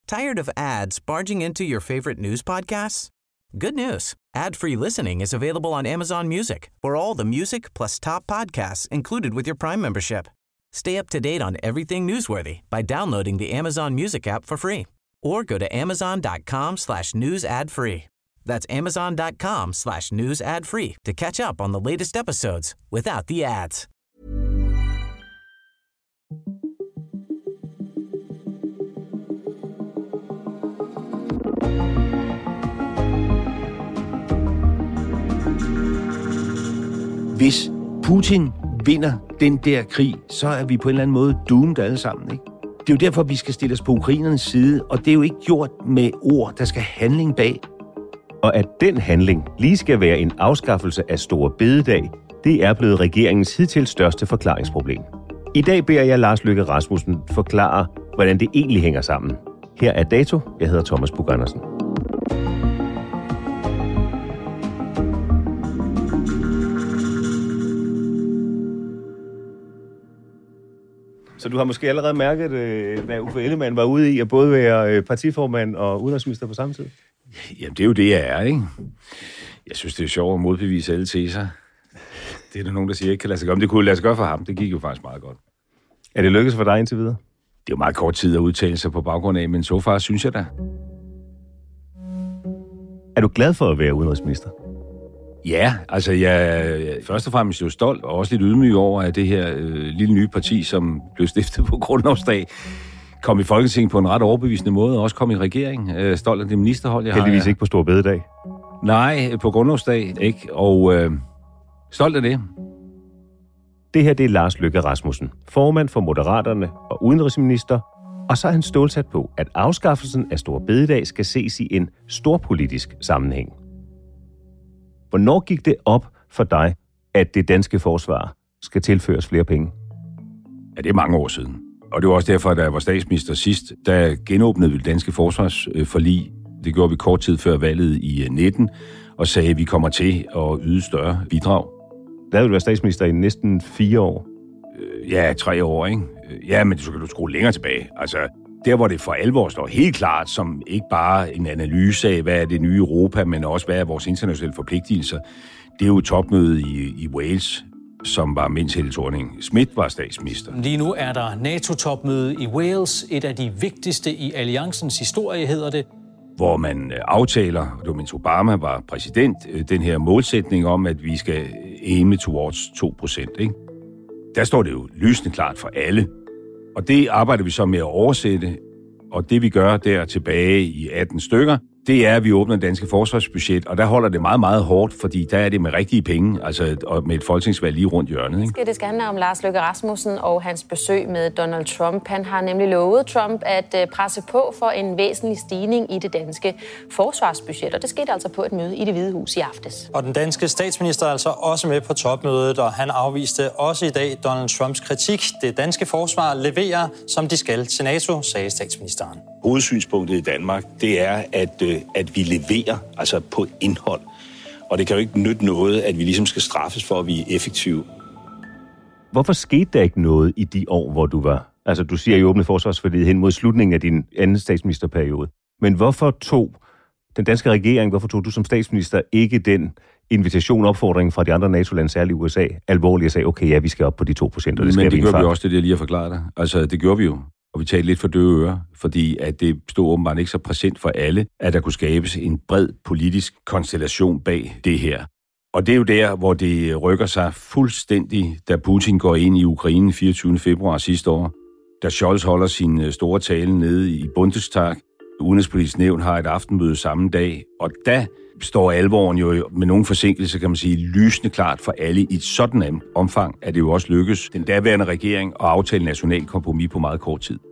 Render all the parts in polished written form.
Tired of ads barging into your favorite news podcasts? Good news. Ad-free listening is available on Amazon Music for all the music plus top podcasts included with your Prime membership. Stay up to date on everything newsworthy by downloading the Amazon Music app for free or go to amazon.com/news ad free. That's amazon.com/news ad free to catch up on the latest episodes without the ads. Hvis Putin vinder den der krig, så er vi på en eller anden måde doomed alle sammen, ikke? Det er jo derfor, vi skal stille os på ukrainernes side, og det er jo ikke gjort med ord, der skal handling bag. Og at den handling lige skal være en afskaffelse af store bededag, det er blevet regeringens hidtil største forklaringsproblem. I dag beder jeg Lars Løkke Rasmussen forklare, hvordan det egentlig hænger sammen. Her er dato. Jeg hedder Thomas Buch-Andersen. Så du har måske allerede mærket, hvad Uffe Ellemann var ude i, at både være partiformand og udenrigsminister på samme tid? Jamen, det er jo det, jeg er, ikke? Jeg synes, det er sjovt at modbevise alle teser. Det er der nogen, der siger, ikke kan lade sig gøre. Men det kunne lade sig gøre for ham. Det gik jo faktisk meget godt. Er det lykkedes for dig indtil videre? Det er jo meget kort tid at udtale sig på baggrund af, men så far synes jeg da. Er du glad for at være udenrigsminister? Ja, altså jeg er først og fremmest jo stolt og også lidt ydmyg over, at det her lille nye parti, som blev stiftet på grundlovsdag, kom i Folketinget på en ret overbevisende måde, og også kom i regering. Stolt af det ministerhold, jeg har. Heldigvis ikke på store bededag. Nej, på grundlovsdag, ikke? Og stolt af det. Det her, det er Lars Løkke Rasmussen, formand for Moderaterne og udenrigsminister, og så er han stålsat på, at afskaffelsen af store bededag skal ses i en storpolitisk sammenhæng. Hvornår gik det op for dig, at det danske forsvar skal tilføres flere penge? Ja, det er mange år siden. Og det var også derfor, da jeg var statsminister sidst, der genåbnede vi det danske forsvarsforlig. Det gjorde vi kort tid før valget i 19, og sagde, at vi kommer til at yde større bidrag. Der havde du været statsminister i næsten 4 år. Ja, 3 år, ikke? Ja, men så kan du skrue længere tilbage. Altså, der hvor det for alvor står helt klart, som ikke bare en analyse af, hvad er det nye Europa, men også hvad er vores internationale forpligtelser, det er jo topmødet i Wales, som var mens Helle Thorning-Schmidt var statsminister. Lige nu er der NATO-topmøde i Wales, et af de vigtigste i alliancens historie, hedder det. Hvor man aftaler, da mens Obama var præsident, den her målsætning om, at vi skal aime towards 2%, ikke? Der står det jo lysende klart for alle. Og det arbejder vi så med at oversætte, og det vi gør der tilbage i 18 stykker, det er, at vi åbner det danske forsvarsbudget, og der holder det meget, meget hårdt, fordi der er det med rigtige penge, altså og med et folketingsvalg lige rundt hjørnet. Ikke? Det skal handle om Lars Løkke Rasmussen og hans besøg med Donald Trump. Han har nemlig lovet Trump at presse på for en væsentlig stigning i det danske forsvarsbudget, og det skete altså på et møde i Det Hvide Hus i aftes. Og den danske statsminister er altså også med på topmødet, og han afviste også i dag Donald Trumps kritik. Det danske forsvar leverer, som de skal til NATO, sagde statsministeren. Hovedsynspunktet i Danmark, det er, at vi leverer altså på indhold. Og det kan jo ikke nytte noget, at vi ligesom skal straffes for, at vi er effektive. Hvorfor skete der ikke noget i de år, hvor du var? Altså, du siger, at I åbnede forsvarsforliget hen mod slutningen af din anden statsministerperiode. Men hvorfor tog den danske regering, hvorfor tog du som statsminister ikke den opfordring fra de andre NATO-lande, særligt USA, alvorligt og sagde, okay, ja, vi skal op på de 2%, og det skal vi. Men det gjorde vi også, det jeg lige har forklaret dig. Altså, det gjorde vi jo. Og vi talte lidt for døve ører, fordi at det stod åbenbart ikke så præsent for alle, at der kunne skabes en bred politisk konstellation bag det her. Og det er jo der, hvor det rykker sig fuldstændig, da Putin går ind i Ukraine 24. februar sidste år, da Scholz holder sin store tale nede i Bundestag. Udenrigspolitisk Nævn har et aftenmøde samme dag, og da står alvoren jo med nogen forsinkelse, kan man sige, lysende klart for alle. I et sådan omfang er det jo også lykkes den daværende regering at aftale national kompromis på meget kort tid.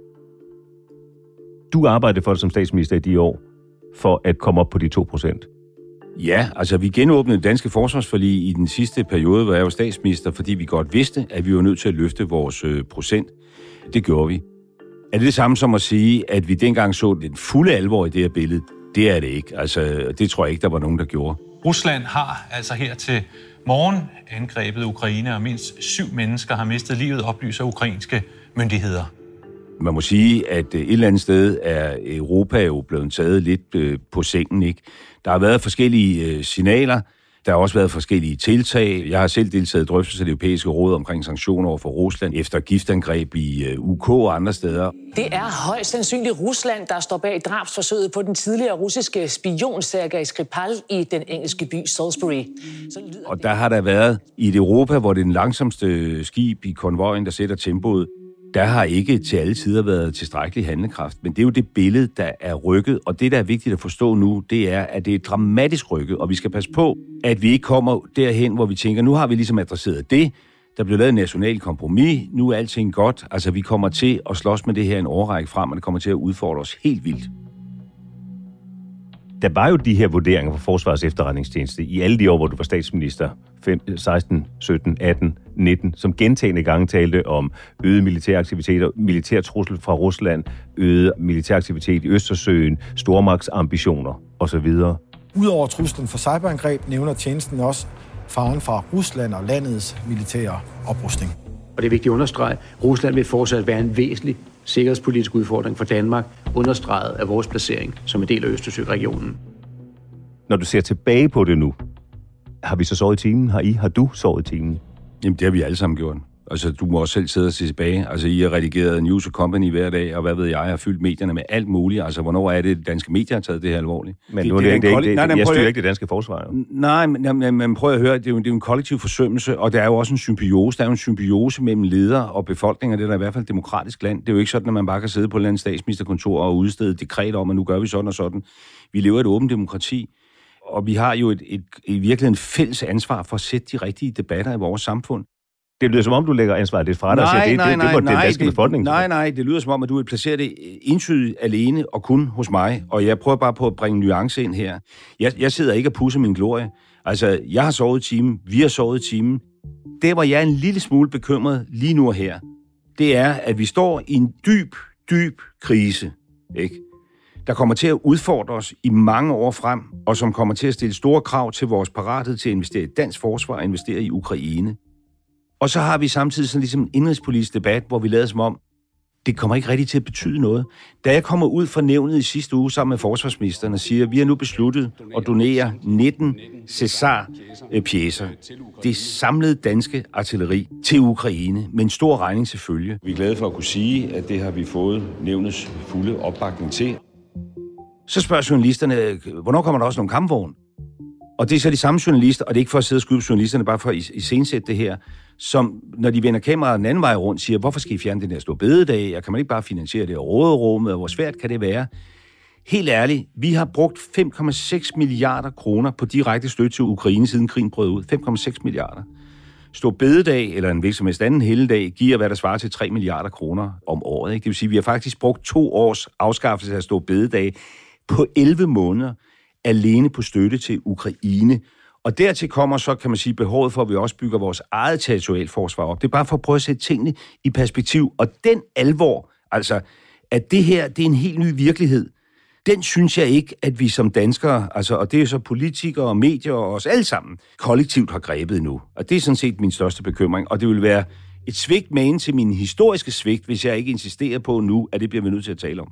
Du arbejdede for det som statsminister i de år, for at komme op på de 2%. Ja, altså vi genåbnede det danske forsvarsforlig i den sidste periode, hvor jeg var statsminister, fordi vi godt vidste, at vi var nødt til at løfte vores procent. Det gjorde vi. Er det det samme som at sige, at vi dengang så den fulde alvor i det her billede? Det er det ikke. Altså, det tror jeg ikke, der var nogen, der gjorde. Rusland har altså her til morgen angrebet Ukraine, og mindst 7 mennesker har mistet livet, oplyser ukrainske myndigheder. Man må sige, at et eller andet sted er Europa jo blevet taget lidt på sengen, ikke? Der har været forskellige signaler. Der har også været forskellige tiltag. Jeg har selv deltaget i drøftelser af det europæiske råd omkring sanktioner over for Rusland efter giftangreb i UK og andre steder. Det er højst sandsynligt Rusland, der står bag drabsforsøget på den tidligere russiske spion Sergej Skripal i den engelske by Salisbury. Og der har der været i et Europa, hvor det er den langsomste skib i konvojen, der sætter tempoet. Der har ikke til alle tider været tilstrækkelig handlekraft, men det er jo det billede, der er rykket, og det, der er vigtigt at forstå nu, det er, at det er dramatisk rykket, og vi skal passe på, at vi ikke kommer derhen, hvor vi tænker, nu har vi ligesom adresseret det, der blev lavet en national kompromis, nu er alting godt, altså vi kommer til at slås med det her en årrække frem, og det kommer til at udfordre os helt vildt. Der var jo de her vurderinger fra Forsvarets Efterretningstjeneste i alle de år, hvor du var statsminister, 16, 17, 18, 19, som gentagne gange talte om øget militæraktiviteter, militærtrussel fra Rusland, øget militæraktivitet i Østersøen, stormagtsambitioner osv. Udover truslen for cyberangreb nævner tjenesten også faren fra Rusland og landets militære oprustning. Og det er vigtigt at understrege, at Rusland vil fortsat være en væsentlig sikkerhedspolitisk udfordring for Danmark, understreget af vores placering som en del af Østersøregionen. Når du ser tilbage på det nu, har vi så sovet i timen? Har du sovet i timen? Jamen, det har vi alle sammen gjort. Altså, du må også selv sidde og se tilbage. Altså, I har redigeret News & Company hver dag, og hvad ved jeg har fyldt medierne med alt muligt. Altså, hvornår er det, danske medier har taget det her alvorligt? Men nu er det ikke jeg styrer ikke det danske forsvar. Jo. Nej, men prøv at høre, det er jo en kollektiv forsømmelse, og der er jo også en symbiose. Der er jo en symbiose mellem ledere og befolkninger. Det er der i hvert fald et demokratisk land. Det er jo ikke sådan, at man bare kan sidde på et eller andet statsministerkontor og udstede dekreter om, at nu gør vi sådan og sådan. Vi lever i et åbent demokrati, og vi har jo i virkeligheden fælles ansvar for at sætte de rigtige debatter i vores samfund. Det lyder som om, du lægger ansvaret lidt fra dig og siger, det må den danske befolkning. Nej, det lyder som om, at du vil placere det entydigt alene og kun hos mig, og jeg prøver bare på at bringe nuance ind her. Jeg sidder ikke og pusser min glorie. Altså, jeg har sovet i timen, vi har sovet i timen. Det, hvor jeg er en lille smule bekymret lige nu og her, det er, at vi står i en dyb krise, ikke? Der kommer til at udfordre os i mange år frem, og som kommer til at stille store krav til vores parathed til at investere i dansk forsvar og investere i Ukraine. Og så har vi samtidig sådan ligesom en indrigspolitisk debat, hvor vi lader som om, det kommer ikke rigtig til at betyde noget. Da jeg kommer ud fra nævnet i sidste uge sammen med forsvarsministeren og siger, at vi har nu besluttet at donere 19 César-pjæser, det samlede danske artilleri, til Ukraine, med en stor regning til følge. Vi er glade for at kunne sige, at det har vi fået nævnets fulde opbakning til. Så spørger journalisterne, hvornår kommer der også nogle kampvogne? Og det er så de samme journalister, og det er ikke for at sidde og skyde på journalisterne, bare for at iscenesætte det her, som når de vender kameraet den anden vej rundt, siger, hvorfor skal I fjerne den der store bededag, og kan man ikke bare finansiere det råderummet, og hvor svært kan det være? Helt ærligt, vi har brugt 5,6 milliarder kroner på direkte støtte til Ukraine, siden krigen brød ud. 5,6 milliarder. Stor bededag, eller en virksomheds anden helligdag, giver, hvad der svarer til 3 milliarder kroner om året. Ikke? Det vil sige, at vi har faktisk brugt 2 års afskaffelse af stor bededag på 11 måneder, alene på støtte til Ukraine. Og dertil kommer så, kan man sige, behovet for, at vi også bygger vores eget territorialforsvar op. Det er bare for at prøve at sætte tingene i perspektiv. Og den alvor, altså, at det her, det er en helt ny virkelighed, den synes jeg ikke, at vi som danskere, altså, og det er så politikere og medier og os alle sammen, kollektivt har grebet nu. Og det er sådan set min største bekymring. Og det vil være et svigt med ind til min historiske svigt, hvis jeg ikke insisterer på nu, at det bliver vi nødt til at tale om.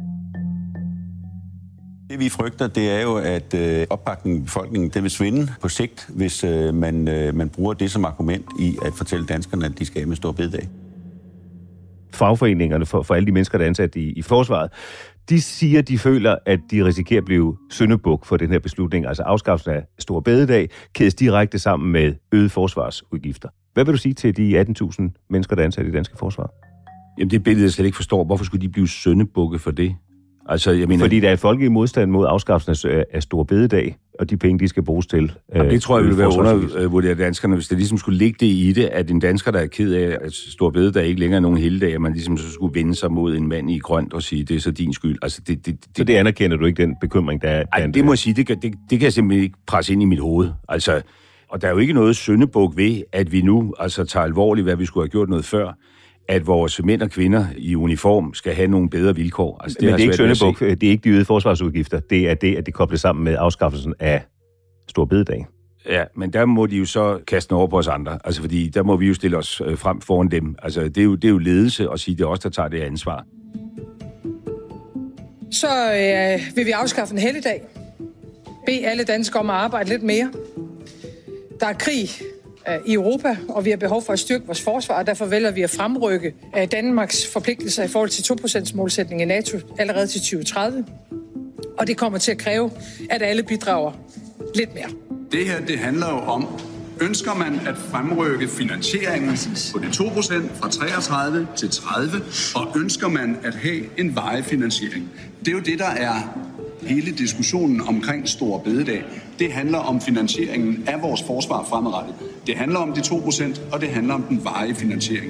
Det vi frygter, det er jo, at opbakningen i befolkningen, det vil svinde på sigt, hvis man bruger det som argument i at fortælle danskerne, at de skal have med stor bededag. Fagforeningerne for alle de mennesker, der er ansat i forsvaret, de siger, de føler, at de risikerer at blive syndebuk for den her beslutning, altså afskaffelsen af stor bededag, kædes direkte sammen med øget forsvarsudgifter. Hvad vil du sige til de 18.000 mennesker, der er ansat i det danske forsvar? Jamen det billede, jeg slet ikke forstår. Hvorfor skulle de blive syndebukke for det? Altså, jeg mener, fordi der er folkelig modstand mod afskaffelsen af stor bededag, og de penge, de skal bruges til. Det tror jeg ville være undervurderet danskerne, hvis det ligesom skulle ligge det i det, at en dansker, der er ked af, at stor bededag ikke længere er nogen helligdag, at man ligesom så skulle vende sig mod en mand i grønt og sige, det er så din skyld. Altså, så det anerkender du ikke, den bekymring, der er? Ej, det må jeg sige, det kan jeg simpelthen ikke presse ind i mit hoved. Altså, og der er jo ikke noget syndebuk ved, at vi nu altså tager alvorligt, hvad vi skulle have gjort noget før, at vores mænd og kvinder i uniform skal have nogle bedre vilkår. Altså, men det er ikke syndebuk, det er ikke de øgede forsvarsudgifter, det er det, at det kobles sammen med afskaffelsen af stor bededag. Ja, men der må de jo så kaste over på os andre, altså fordi der må vi jo stille os frem foran dem. Altså det er jo ledelse at sige, det er os, der tager det ansvar. Så vil vi afskaffe en helligdag. Bede alle danskere om at arbejde lidt mere. Der er krig i Europa, og vi har behov for at styrke vores forsvar, og derfor vælger vi at fremrykke Danmarks forpligtelser i forhold til 2%-målsætningen i NATO allerede til 2030. Og det kommer til at kræve, at alle bidrager lidt mere. Det her, det handler jo om, ønsker man at fremrykke finansieringen på de 2% fra 33 til 30, og ønsker man at have en varig finansiering. Det er jo det, der er hele diskussionen omkring Store Bededag. Det handler om finansieringen af vores forsvar fremadrettet. Det handler om de 2%, og det handler om den varige finansiering.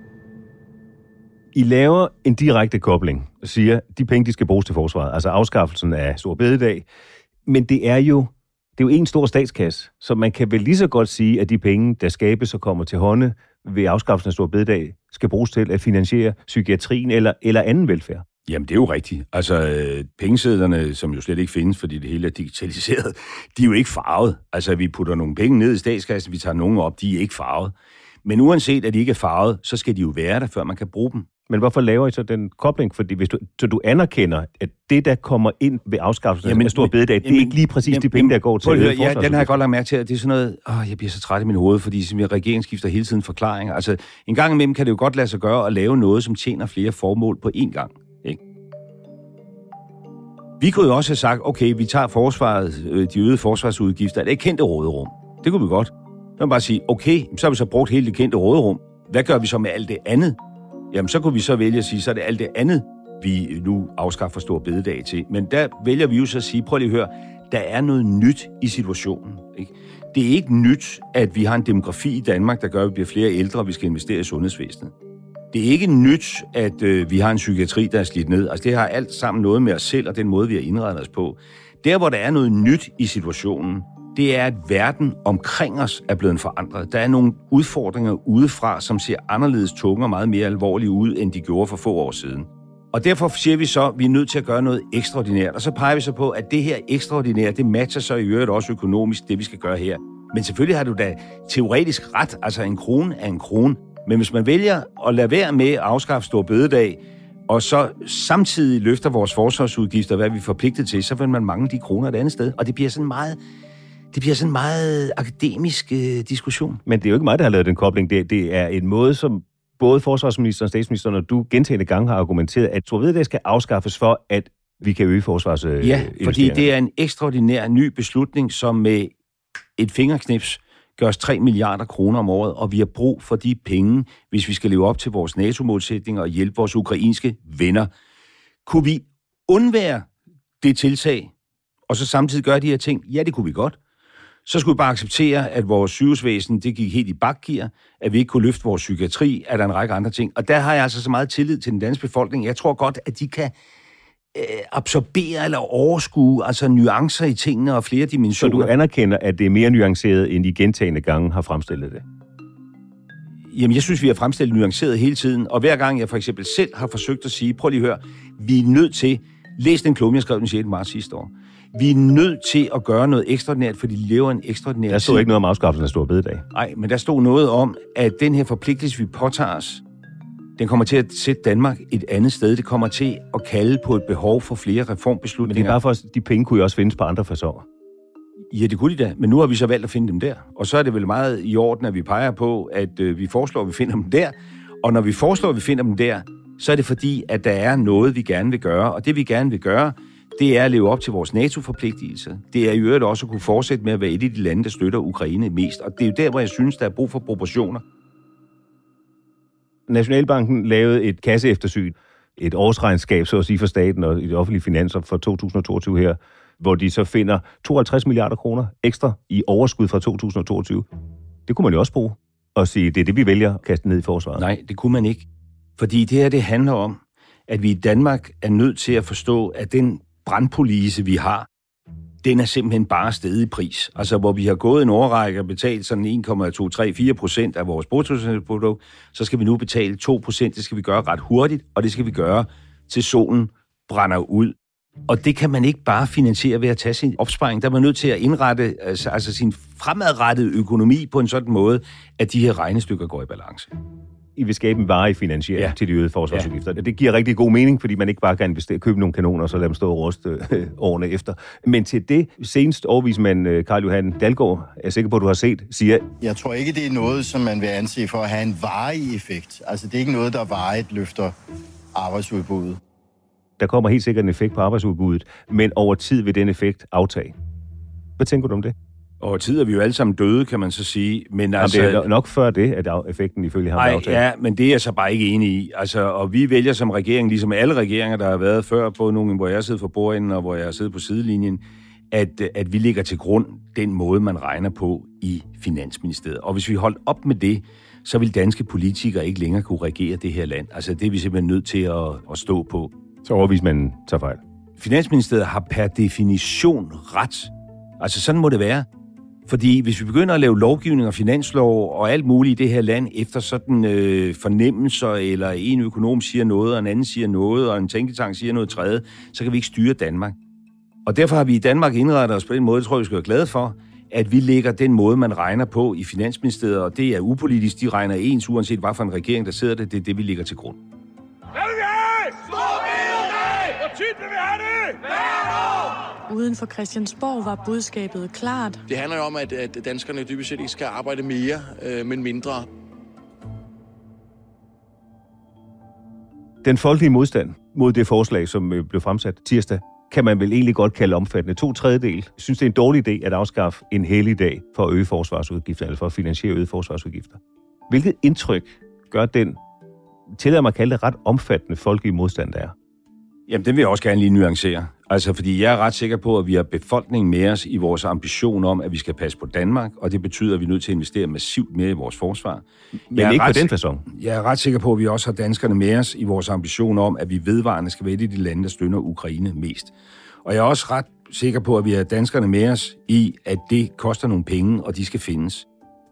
I laver en direkte kobling og siger, at de penge, de skal bruges til forsvaret, altså afskaffelsen af Store Bededag. Men det er jo en stor statskasse, så man kan vel lige så godt sige, at de penge, der skabes og kommer til hånde ved afskaffelsen af Store Bededag, skal bruges til at finansiere psykiatrien eller anden velfærd. Jamen, det er jo rigtigt. Altså, pengesedlerne, som jo slet ikke findes, fordi det hele er digitaliseret, de er jo ikke farvet. Altså, vi putter nogle penge ned i statskassen, vi tager nogle op, de er ikke farvet. Men uanset at de ikke er farvet, så skal de jo være der, før man kan bruge dem. Men hvorfor laver I så den kobling? Fordi hvis du anerkender, at det, der kommer ind ved afskaffelsen af Store Bededag, det er ikke lige præcis de penge, der går til forsvaret. Ja, den har jeg godt lagt mærke til, at det er sådan noget, jeg bliver så træt i min hoved, fordi regeringen skifter hele tiden forklaringer. Altså, en gang imellem kan det jo godt lade sig gøre at lave noget, som tjener flere formål på én gang. Ikke? Vi kunne jo også have sagt, okay, vi tager forsvaret, de øgede forsvarsudgifter, det kendte råderum. Det kunne vi godt. Så kan man bare sige, okay, så har vi så brugt hele det kendte råderum. Hvad gør vi så med alt det andet? Jamen, så kunne vi så vælge at sige, så er det alt det andet, vi nu afskaffer Store Bededag til. Men der vælger vi jo så at sige, prøv lige at høre, der er noget nyt i situationen. Ikke? Det er ikke nyt, at vi har en demografi i Danmark, der gør, at vi bliver flere ældre, og vi skal investere i sundhedsvæsenet. Det er ikke nyt, at vi har en psykiatri, der er slidt ned. Altså, det har alt sammen noget med os selv og den måde, vi har indrettet os på. Der, hvor der er noget nyt i situationen, det er, at verden omkring os er blevet forandret. Der er nogle udfordringer udefra, som ser anderledes tunge og meget mere alvorlige ud, end de gjorde for få år siden. Og derfor siger vi så, at vi er nødt til at gøre noget ekstraordinært. Og så peger vi så på, at det her ekstraordinære, det matcher så i øvrigt også økonomisk, det vi skal gøre her. Men selvfølgelig har du da teoretisk ret, altså en krone er en krone. Men hvis man vælger at lade være med at afskaffe Store Bededag, og så samtidig løfter vores forsvarsudgifter, hvad vi er forpligtet til, så vil man mangle de kroner et andet sted. Og det bliver sådan en meget akademisk diskussion. Men det er jo ikke mig, der har lavet den kobling. Det er en måde, som både forsvarsministeren og statsministeren og du gentagne gange har argumenteret, at Store Bededag skal afskaffes for, at vi kan øge forsvarsinvesteringer. Ja, fordi det er en ekstraordinær ny beslutning, som med et fingerknips gør os 3 milliarder kroner om året, og vi har brug for de penge, hvis vi skal leve op til vores NATO-målsætninger og hjælpe vores ukrainske venner. Kunne vi undvære det tiltag, og så samtidig gøre de her ting? Ja, det kunne vi godt. Så skulle vi bare acceptere, at vores sygehusvæsen, det gik helt i bakgear, at vi ikke kunne løfte vores psykiatri, at der er en række andre ting. Og der har jeg altså så meget tillid til den danske befolkning. Jeg tror godt, at de kan absorbere eller overskue altså nuancer i tingene og flere dimensioner. Så du anerkender, at det er mere nuanceret, end de gentagne gange har fremstillet det? Jamen, jeg synes, vi har fremstillet nuanceret hele tiden. Og hver gang jeg for eksempel selv har forsøgt at sige, prøv lige at høre, vi er nødt til, læs den klumme, jeg skrev den 6. marts sidste år. Vi er nødt til at gøre noget ekstraordinært, fordi de lever en ekstraordinær tid. Der stod ikke noget om afskaffelsen af Store Bededag. Nej, men der stod noget om, at den her forpligtelse, vi påtager os, den kommer til at sætte Danmark et andet sted. Det kommer til at kalde på et behov for flere reformbeslutninger. Men det er bare for, at de penge kunne jo også findes på andre façoner. Ja, det kunne de da, men nu har vi så valgt at finde dem der. Og så er det vel meget i orden, at vi peger på, at vi foreslår, at vi finder dem der. Og når vi foreslår, at vi finder dem der, så er det fordi, at der er noget, vi gerne vil gøre. Og det, vi gerne vil gøre, det er at leve op til vores NATO-forpligtelser. Det er i øvrigt også at kunne fortsætte med at være et af de lande, der støtter Ukraine mest. Og det er jo der, hvor jeg synes, der er brug for proportioner. Nationalbanken lavede et kasseeftersyn, et årsregnskab, så at sige, for staten og de offentlige finanser for 2022 her, hvor de så finder 52 milliarder kroner ekstra i overskud fra 2022. Det kunne man jo også bruge og sige, det er det, vi vælger at kaste ned i forsvaret. Nej, det kunne man ikke. Fordi det her, det handler om, at vi i Danmark er nødt til at forstå, at den brandpolice, vi har, den er simpelthen bare steget i pris. Altså, hvor vi har gået en årrække og betalt sådan 1,234% af vores bruttonationalprodukt, så skal vi nu betale 2%. Det skal vi gøre ret hurtigt, og det skal vi gøre, til solen brænder ud. Og det kan man ikke bare finansiere ved at tage sin opsparing. Der er man nødt til at indrette altså sin fremadrettede økonomi på en sådan måde, at de her regnestykker går i balance. I vil skabe en varig finansiering til de øgede forsvarsudgifter. Det giver rigtig god mening, fordi man ikke bare kan købe nogle kanoner og så lade dem stå og ruste årene efter. Men til det senest overvismand Carl Johan Dalgaard, jeg er sikker på, at du har set, siger... Jeg tror ikke, det er noget, som man vil anse for at have en varig effekt. Altså, det er ikke noget, der varigt løfter arbejdsudbuddet. Der kommer helt sikkert en effekt på arbejdsudbuddet, men over tid vil den effekt aftage. Hvad tænker du om det? Over tid er vi jo alle sammen døde, kan man så sige. Men altså, det er nok før det, at effekten ifølge ham er aftalt. Ja, men det er jeg så bare ikke enig i. Altså, og vi vælger som regering, ligesom alle regeringer, der har været før, både nogle, hvor jeg sidder for bordenden, og hvor jeg har siddet på sidelinjen, at vi ligger til grund den måde, man regner på i Finansministeriet. Og hvis vi holdt op med det, så vil danske politikere ikke længere kunne regere det her land. Altså, det er vi simpelthen nødt til at stå på. Så overvismanden tager fejl. Finansministeriet har per definition ret. Altså, sådan må det være. Fordi hvis vi begynder at lave lovgivning og finanslov og alt muligt i det her land efter sådan fornemmelser, eller en økonom siger noget, og en anden siger noget, og en tænketank siger noget tredje, så kan vi ikke styre Danmark. Og derfor har vi i Danmark indrettet os på den måde, det tror jeg, vi skal være glade for, at vi lægger den måde, man regner på i Finansministeriet, og det er upolitisk, de regner ens, uanset hvad for en regering, der sidder det er det, vi lægger til grund. Hvad vil vi have? Stor bededag! Hvor tit vil vi have det? Hvert år! Uden for Christiansborg var budskabet klart. Det handler jo om, at danskerne dybest set ikke skal arbejde mere, men mindre. Den folkelige modstand mod det forslag, som blev fremsat tirsdag, kan man vel egentlig godt kalde omfattende. 2/3 synes, det er en dårlig idé at afskaffe en helligdag for at øge forsvarsudgifter, eller for at finansiere øget forsvarsudgifter. Hvilket indtryk gør den, tillader mig at kalde det, ret omfattende folkelige modstand, der er? Jamen, det vil jeg også gerne lige nuancere. Altså, fordi jeg er ret sikker på, at vi har befolkningen med os i vores ambition om, at vi skal passe på Danmark, og det betyder, at vi er nødt til at investere massivt mere i vores forsvar. Men ikke på den facon. Jeg er ret sikker på, at vi også har danskerne med os i vores ambition om, at vi vedvarende skal være et af de lande, der støtter Ukraine mest. Og jeg er også ret sikker på, at vi har danskerne med os i, at det koster nogle penge, og de skal findes.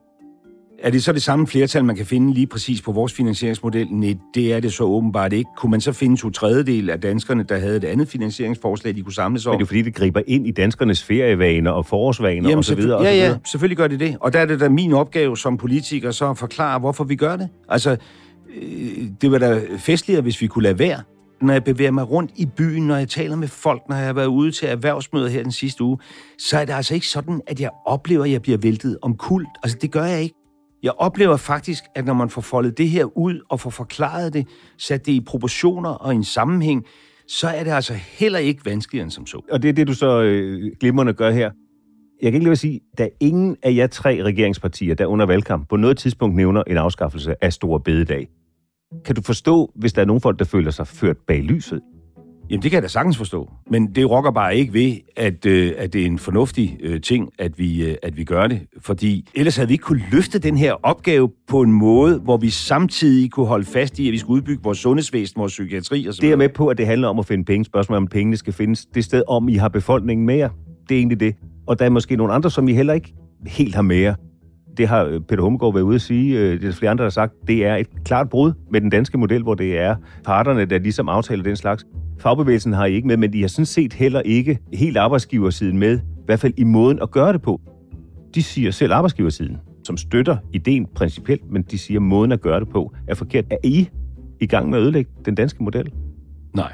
Er det så det samme flertal, man kan finde lige præcis på vores finansieringsmodel? Nej, det er det så åbenbart ikke. Kunne man så finde 2/3 af danskerne, der havde et andet finansieringsforslag, de kunne samles om? Men det er fordi, det griber ind i danskernes ferievaner og forårsvaner osv. Ja, selvfølgelig gør det det. Og der er det da min opgave som politiker så at forklare, hvorfor vi gør det. Altså, det var da festligere, hvis vi kunne lade være. Når jeg bevæger mig rundt i byen, når jeg taler med folk, når jeg har været ude til erhvervsmøder her den sidste uge, så er det altså ikke sådan, at jeg oplever, at jeg bliver væltet omkuld. Altså, det gør jeg ikke. Jeg oplever faktisk, at når man får foldet det her ud og får forklaret det, sat det i proportioner og i en sammenhæng, så er det altså heller ikke vanskeligere end som så. Og det er det, du så glimrende gør her. Jeg kan ikke lade sige, at der er ingen af jer 3 regeringspartier, der under valgkamp på noget tidspunkt nævner en afskaffelse af store bededag. Kan du forstå, hvis der er nogen folk, der føler sig ført bag lyset? Jamen, det kan jeg da sagtens forstå. Men det rokker bare ikke ved, at det er en fornuftig ting, at vi gør det. Fordi ellers havde vi ikke kunne løfte den her opgave på en måde, hvor vi samtidig kunne holde fast i, at vi skulle udbygge vores sundhedsvæsen, vores psykiatri og så videre. Det er med på, at det handler om at finde penge. Spørgsmålet om pengene skal findes det sted, om I har befolkningen med jer. Det er egentlig det. Og der er måske nogle andre, som I heller ikke helt har med jer. Det har Peter Hummelgaard været ude at sige, det er flere andre, der har sagt, det er et klart brud med den danske model, hvor det er parterne, der ligesom aftaler den slags. Fagbevægelsen har I ikke med, men de har sådan set heller ikke helt arbejdsgiversiden med, i hvert fald i måden at gøre det på. De siger selv arbejdsgiversiden, som støtter ideen principielt, men de siger, at måden at gøre det på er forkert. Er I i gang med at ødelægge den danske model? Nej.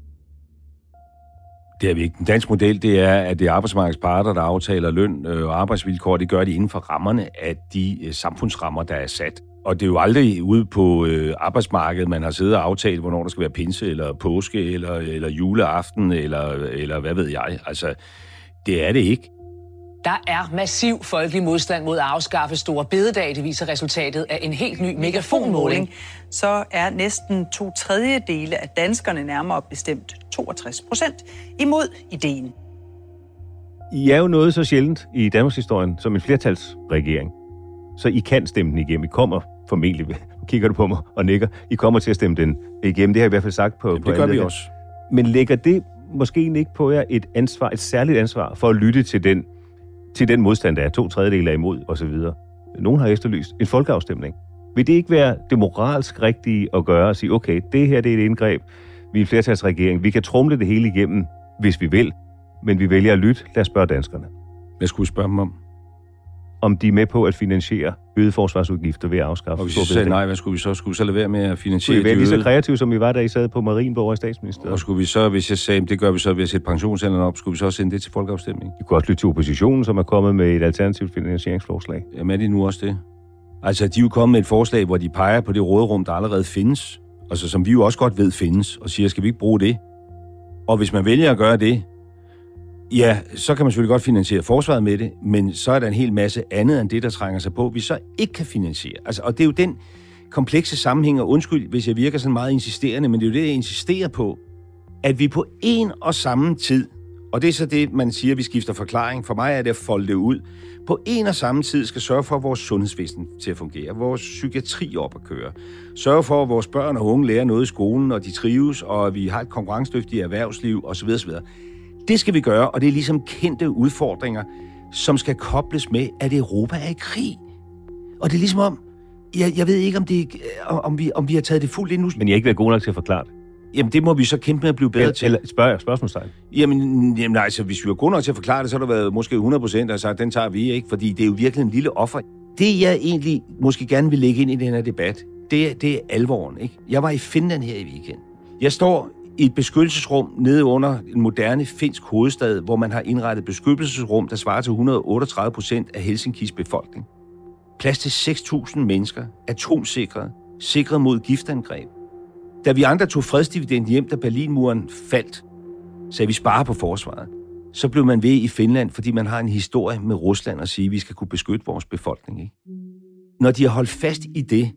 Det er vi ikke. Den danske model, det er, at det er arbejdsmarkedets parter, der aftaler løn og arbejdsvilkår. Det gør de inden for rammerne af de samfundsrammer, der er sat. Og det er jo aldrig ude på arbejdsmarkedet, man har siddet og aftalt, hvornår der skal være pinse, eller påske, eller juleaften, eller hvad ved jeg. Altså, det er det ikke. Der er massiv folkelig modstand mod at afskaffe store bededag. Det viser resultatet af en helt ny megafonmåling. Så er næsten 2/3 af danskerne, nærmere bestemt 62%, imod ideen. I er jo noget så sjældent i Danmarks historien som en flertalsregering. Så I kan stemme den igennem. I kommer formentlig, kigger du på mig og nikker, I kommer til at stemme den igennem. Det har jeg i hvert fald sagt på. Jamen, det gør vi også. Men lægger det måske ikke på jer et ansvar, et særligt ansvar for at lytte til den modstand, der er 2/3 imod osv.? Nogen har efterlyst en folkeafstemning. Vil det ikke være det moralsk rigtige at gøre og sige, okay, det her det er et indgreb, vi er en flertalsregering, vi kan tromle det hele igennem, hvis vi vil, men vi vælger at lytte, lad os spørge danskerne. Hvad skulle I spørge dem om? om de er med på at finansiere øgede forsvarsudgifter ved at afskaffe. Og hvis vi sagde nej, hvad skulle vi så? Skulle vi så lade være med at finansiere de øgede? Skulle vi være lige så kreative, som vi var, da I sad på Marienborg i Statsministeriet? Og skulle vi så, hvis jeg sagde, det gør vi så ved at sætte pensionsalderen op, skulle vi så sende det til folkeafstemning? I kunne også lytte til oppositionen, som er kommet med et alternativt finansieringsforslag. Jamen er det nu også det? Altså, de er jo kommet med et forslag, hvor de peger på det råderum, der allerede findes, altså som vi jo også godt ved findes, og siger, skal vi ikke bruge det? Og hvis man vælger at gøre det, ja, så kan man selvfølgelig godt finansiere forsvaret med det, men så er der en hel masse andet end det, der trænger sig på, vi så ikke kan finansiere. Altså, og det er jo den komplekse sammenhæng, og undskyld, hvis jeg virker sådan meget insisterende, men det er jo det, jeg insisterer på, at vi på en og samme tid, og det er så det, man siger, vi skifter forklaring, for mig er det at folde det ud, på en og samme tid skal sørge for, at vores sundhedsvæsen til at fungere, vores psykiatri op at køre, sørge for, at vores børn og unge lærer noget i skolen, og de trives, og at vi har et konkurrencedygtigt erhvervsliv, osv. osv. Det skal vi gøre, og det er ligesom kendte udfordringer, som skal kobles med, at Europa er i krig. Og det er ligesom om, jeg ved ikke, om vi har taget det fuldt ind nu. Men I har ikke været gode nok til at forklare det. Jamen, det må vi så kæmpe med at blive bedre til. Eller spørgsmålstegn. Jamen altså, hvis vi var gode nok til at forklare det, så har der været måske 100%, og sagt, den tager vi ikke, fordi det er jo virkelig en lille offer. Det, jeg egentlig måske gerne vil lægge ind i den her debat, det er alvoren, ikke? Jeg var i Finland her i weekend. Jeg står i et beskyttelsesrum nede under en moderne finsk hovedstad, hvor man har indrettet beskyttelsesrum, der svarer til 138% af Helsinkis befolkning. Plads til 6.000 mennesker, atomsikret, sikret mod giftangreb. Da vi andre tog fredsdividenden hjem, da Berlinmuren faldt, sagde vi sparer på forsvaret. Så blev man ved i Finland, fordi man har en historie med Rusland at sige, at vi skal kunne beskytte vores befolkning. Ikke? Når de har holdt fast i det,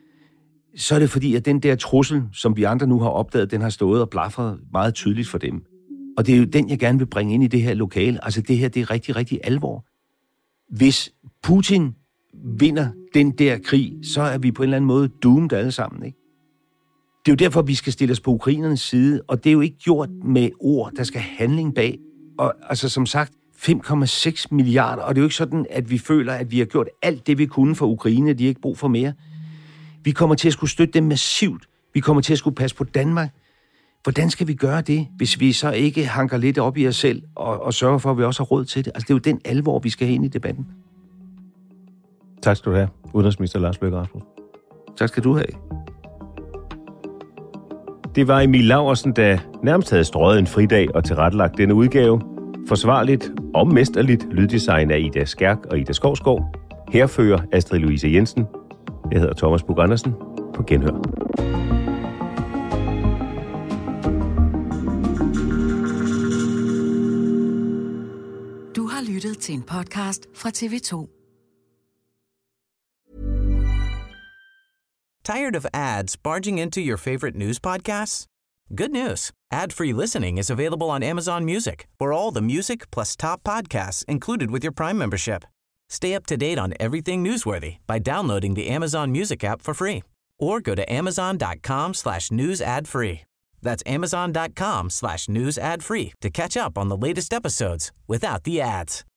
så er det fordi, at den der trussel, som vi andre nu har opdaget, den har stået og blafret meget tydeligt for dem. Og det er jo den, jeg gerne vil bringe ind i det her lokale. Altså det her, det er rigtig, rigtig alvor. Hvis Putin vinder den der krig, så er vi på en eller anden måde doomed alle sammen, ikke? Det er jo derfor, vi skal stille os på ukrainernes side, og det er jo ikke gjort med ord, der skal handling bag. Og altså som sagt, 5,6 milliarder, og det er jo ikke sådan, at vi føler, at vi har gjort alt det, vi kunne for Ukraine, de har ikke brug for mere. Vi kommer til at skulle støtte dem massivt. Vi kommer til at skulle passe på Danmark. Hvordan skal vi gøre det, hvis vi så ikke hanker lidt op i os selv og sørger for, at vi også har råd til det? Altså det er jo den alvor, vi skal have ind i debatten. Tak skal du have, udenrigsminister Lars Løkke Rasmussen. Tak skal du have. Det var Emil Laursen, der nærmest havde strøget en fridag og tilrettelagt denne udgave. Forsvarligt og mesterligt lyddesign af Ida Skærk og Ida Skovsgaard. Herfører Astrid Louise Jensen. Jeg hedder Thomas Bug Andersen. På genhør. Du har lyttet til en podcast fra TV2. Tired of ads barging into your favorite news podcasts? Good news. Ad-free listening is available on Amazon Music for all the music plus top podcasts included with your Prime membership. Stay up to date on everything newsworthy by downloading the Amazon Music app for free or go to amazon.com/news ad free. That's amazon.com/news ad free to catch up on the latest episodes without the ads.